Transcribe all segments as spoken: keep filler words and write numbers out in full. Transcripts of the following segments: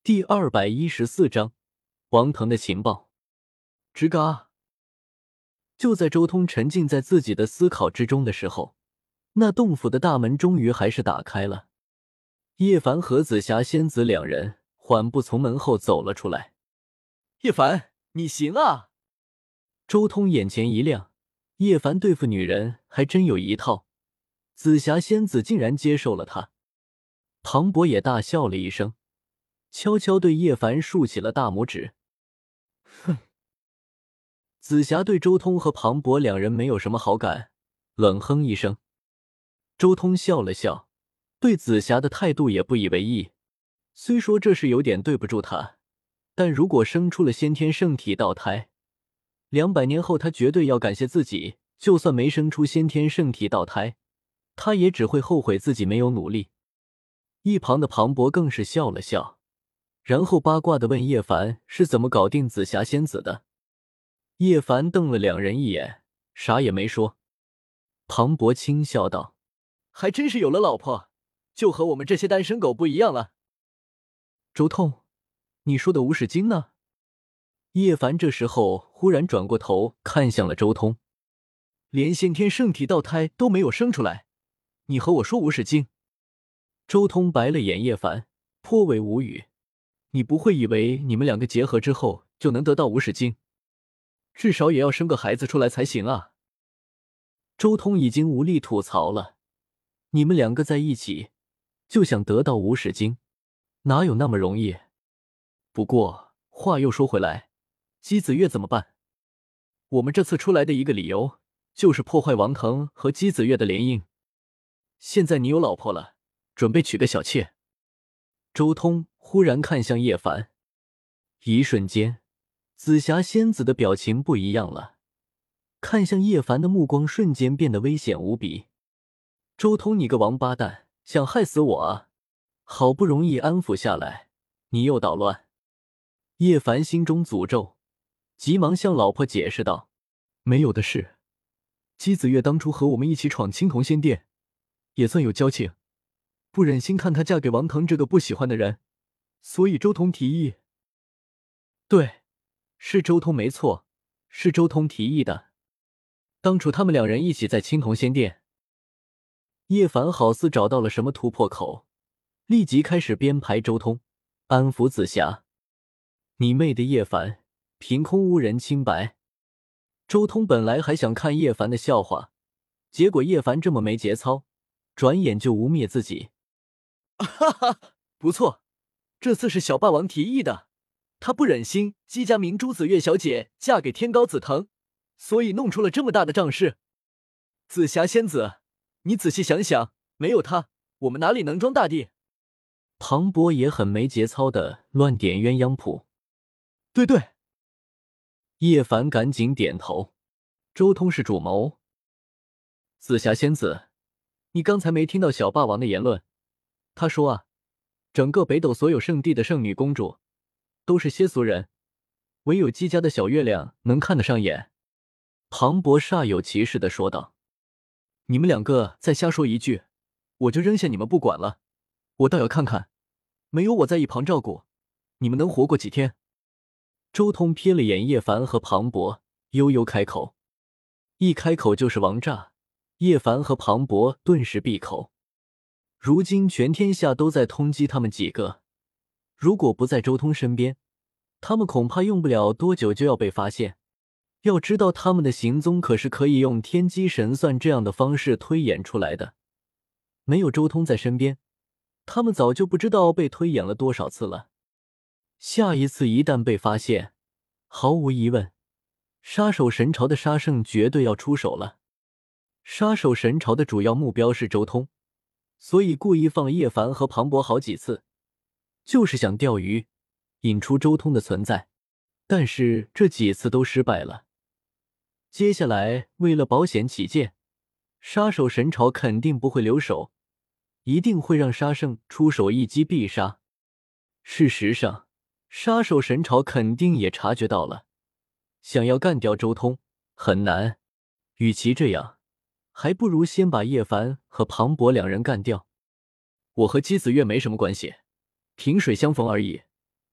第二百一十四章王腾的情报。吱嘎！就在周通沉浸在自己的思考之中的时候，那洞府的大门终于还是打开了。叶凡和紫霞仙子两人缓步从门后走了出来。 叶凡，你行啊！ 周通眼前一亮，叶凡对付女人还真有一套，紫霞仙子竟然接受了他。庞博也大笑了一声，悄悄对叶凡竖起了大拇指。哼！紫霞对周通和庞博两人没有什么好感，冷哼一声。周通笑了笑，对紫霞的态度也不以为意。虽说这是有点对不住他，但如果生出了先天圣体道胎，两百年后他绝对要感谢自己，就算没生出先天圣体道胎，他也只会后悔自己没有努力。一旁的庞博更是笑了笑，然后八卦地问叶凡是怎么搞定紫霞仙子的。叶凡瞪了两人一眼，啥也没说。庞博轻笑道： 还真是有了老婆，就和我们这些单身狗不一样了。 周通，你说的无始经呢？叶凡这时候忽然转过头看向了周通。 连先天圣体道胎都没有生出来，你和我说无始经？ 周通白了眼叶凡，颇为无语。 你不会以为你们两个结合之后就能得到无始经？至少也要生个孩子出来才行啊！ 周通已经无力吐槽了，你们两个在一起就想得到无始经，哪有那么容易？ 不过话又说回来，姬子月怎么办？我们这次出来的一个理由就是破坏王腾和姬子月的联姻。现在你有老婆了，准备娶个小妾。 周通忽然看向叶凡，一瞬间紫霞仙子的表情不一样了，看向叶凡的目光瞬间变得危险无比。周通，你个王八蛋，想害死我啊！好不容易安抚下来，你又捣乱。叶凡心中诅咒，急忙向老婆解释道： 没有的事，姬子月当初和我们一起闯青铜仙殿，也算有交情，不忍心看她嫁给王腾这个不喜欢的人，所以周通提议。 对，是周通没错，是周通提议的。当初他们两人一起在青铜仙殿。叶凡好似找到了什么突破口，立即开始编排周通，安抚紫霞。你妹的叶凡，凭空污人清白。周通本来还想看叶凡的笑话，结果叶凡这么没节操，转眼就污蔑自己。 哈哈，不错，这次是小霸王提议的，他不忍心姬家明珠紫月小姐嫁给天高紫藤，所以弄出了这么大的仗势。紫霞仙子，你仔细想想，没有她，我们哪里能装大帝？ 庞博也很没节操的乱点鸳鸯谱。 对对。 叶凡赶紧点头。周通是主谋。紫霞仙子，你刚才没听到小霸王的言论？他说啊，整个北斗所有圣地的圣女公主都是些俗人，唯有姬家的小月亮能看得上眼。庞博煞有其事地说道。 你们两个再瞎说一句，我就扔下你们不管了。我倒要看看，没有我在一旁照顾，你们能活过几天？ 周通瞥了眼叶凡和庞博，悠悠开口。一开口就是王炸，叶凡和庞博顿时闭口。如今全天下都在通缉他们几个，如果不在周通身边，他们恐怕用不了多久就要被发现。要知道他们的行踪可是可以用天机神算这样的方式推演出来的，没有周通在身边，他们早就不知道被推演了多少次了。下一次一旦被发现，毫无疑问，杀手神朝的杀圣绝对要出手了。杀手神朝的主要目标是周通，所以故意放了叶凡和庞博好几次，就是想钓鱼，引出周通的存在。但是这几次都失败了。接下来为了保险起见，杀手神朝肯定不会留手，一定会让杀圣出手一击必杀。事实上，杀手神朝肯定也察觉到了，想要干掉周通很难，与其这样，还不如先把叶凡和庞博两人干掉。 我和姬子月没什么关系，萍水相逢而已，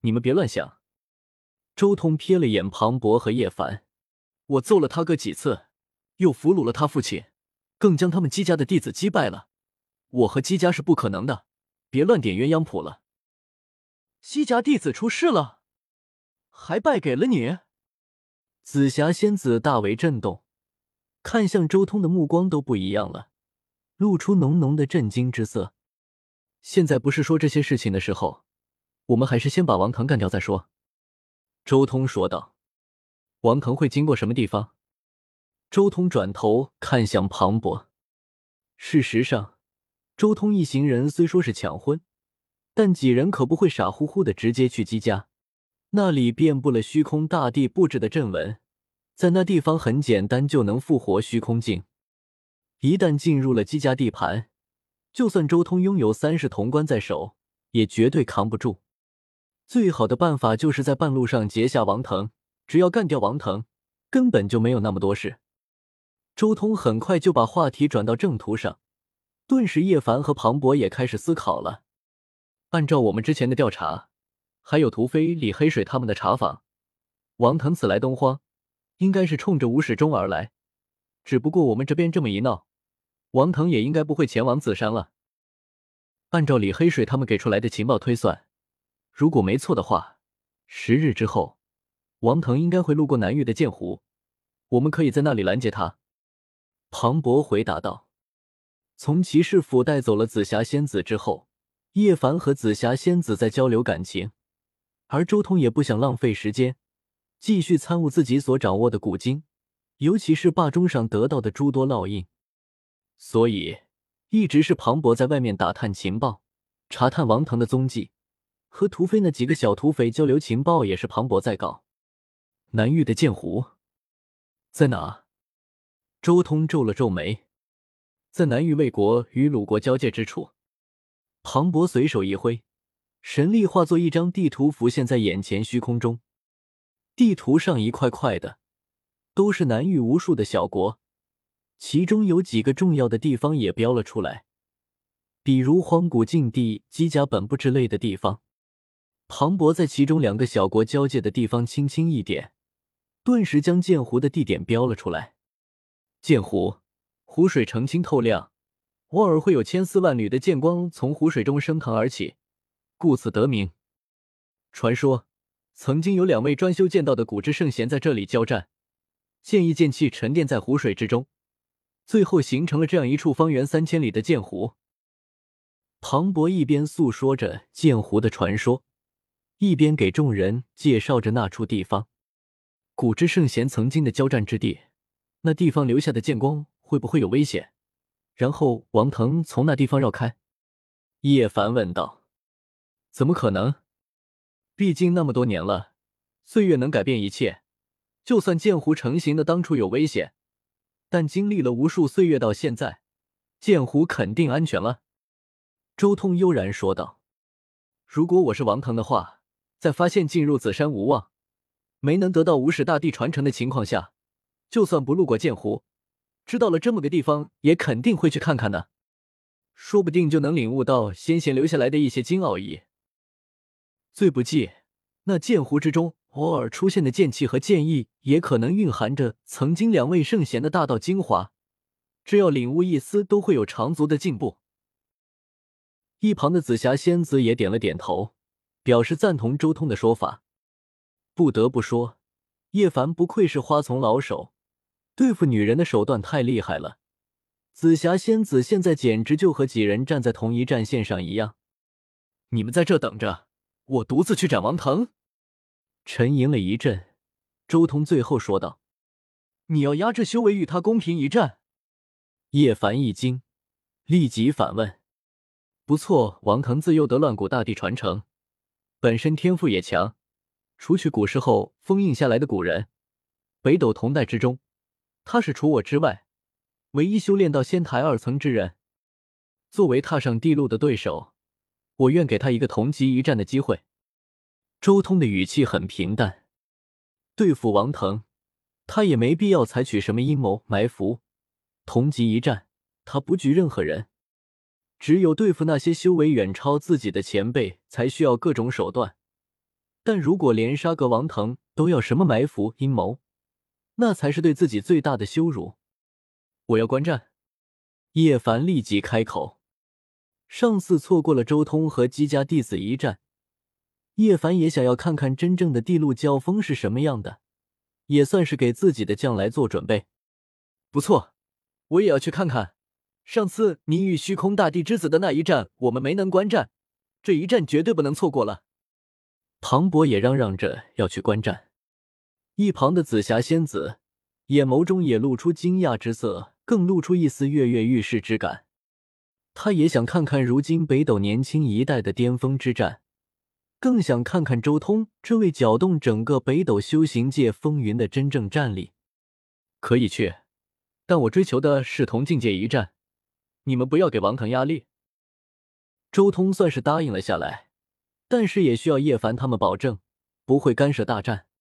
你们别乱想。周通瞥了眼庞博和叶凡， 我揍了他哥几次，又俘虏了他父亲，更将他们姬家的弟子击败了。我和姬家是不可能的，别乱点鸳鸯谱了。姬家弟子出事了，还败给了你？ 紫霞仙子大为震动，看向周通的目光都不一样了，露出浓浓的震惊之色。现在不是说这些事情的时候，我们还是先把王腾干掉再说。周通说道。王腾会经过什么地方？周通转头看向庞博。事实上，周通一行人虽说是抢婚，但几人可不会傻乎乎的直接去姬家。那里遍布了虚空大帝布置的阵纹，在那地方很简单就能复活虚空镜。一旦进入了姬家地盘，就算周通拥有三世潼关在手，也绝对扛不住。最好的办法就是在半路上截下王腾，只要干掉王腾，根本就没有那么多事。周通很快就把话题转到正途上，顿时叶凡和庞博也开始思考了。按照我们之前的调查，还有屠飞、李黑水他们的查访，王腾此来东荒，应该是冲着吴始终而来。只不过我们这边这么一闹，王腾也应该不会前往紫山了。按照李黑水他们给出来的情报推算，如果没错的话，十日之后，王腾应该会路过南域的剑湖，我们可以在那里拦截他。庞博回答道。从骑士府带走了紫霞仙子之后，叶凡和紫霞仙子在交流感情，而周通也不想浪费时间，继续参悟自己所掌握的古经，尤其是霸中上得到的诸多烙印。所以，一直是庞博在外面打探情报，查探王腾的踪迹，和屠飞那几个小土匪交流情报也是庞博在搞。南域的剑湖在哪？周通皱了皱眉。在南域魏国与鲁国交界之处。庞博随手一挥，神力化作一张地图浮现在眼前虚空中。地图上一块块的都是南域无数的小国，其中有几个重要的地方也标了出来，比如荒古禁地、姬家本部之类的地方。庞博在其中两个小国交界的地方轻轻一点，顿时将剑湖的地点标了出来。剑湖，湖水澄清透亮，偶尔会有千丝万缕的剑光从湖水中升腾而起，故此得名。传说曾经有两位专修剑道的古之圣贤在这里交战，剑意剑气沉淀在湖水之中，最后形成了这样一处方圆三千里的剑湖。庞博一边诉说着剑湖的传说，一边给众人介绍着那处地方。古之圣贤曾经的交战之地，那地方留下的剑光会不会有危险？然后王腾从那地方绕开？叶凡问道。怎么可能？毕竟那么多年了，岁月能改变一切。就算剑湖成型的当初有危险，但经历了无数岁月到现在，剑湖肯定安全了。周通悠然说道。如果我是王腾的话，在发现进入紫山无望，没能得到无始大帝传承的情况下，就算不路过剑湖，知道了这么个地方，也肯定会去看看的，说不定就能领悟到先贤留下来的一些经奥义。最不济，那剑湖之中偶尔出现的剑气和剑意，也可能蕴含着曾经两位圣贤的大道精华，只要领悟一丝，都会有长足的进步。一旁的紫霞仙子也点了点头，表示赞同周通的说法。不得不说，叶凡不愧是花丛老手，对付女人的手段太厉害了。紫霞仙子现在简直就和几人站在同一战线上一样。你们在这等着，我独自去斩王腾。沉吟了一阵，周通最后说道。你要压制修为与他公平一战？叶凡一惊，立即反问。不错，王腾自幼得乱古大帝传承，本身天赋也强，除去古时候封印下来的古人，北斗同代之中，他是除我之外唯一修炼到仙台二层之人。作为踏上地路的对手，我愿给他一个同级一战的机会。周通的语气很平淡，对付王腾，他也没必要采取什么阴谋埋伏，同级一战，他不惧任何人。只有对付那些修为远超自己的前辈，才需要各种手段。 但如果连杀个王腾都要什么埋伏阴谋，那才是对自己最大的羞辱。 我要观战。 叶凡立即开口。上次错过了周通和姬家弟子一战，叶凡也想要看看真正的地路交锋是什么样的，也算是给自己的将来做准备。 不错，我也要去看看。上次你与虚空大帝之子的那一战，我们没能观战，这一战绝对不能错过了。 庞博也嚷嚷着要去观战。一旁的紫霞仙子眼眸中也露出惊讶之色，更露出一丝跃跃欲试之感。他也想看看如今北斗年轻一代的巅峰之战，更想看看周通这位搅动整个北斗修行界风云的真正战力。 可以去，但我追求的是同境界一战，你们不要给王腾压力。 周通算是答应了下来，但是也需要叶凡他们保证不会干涉大战。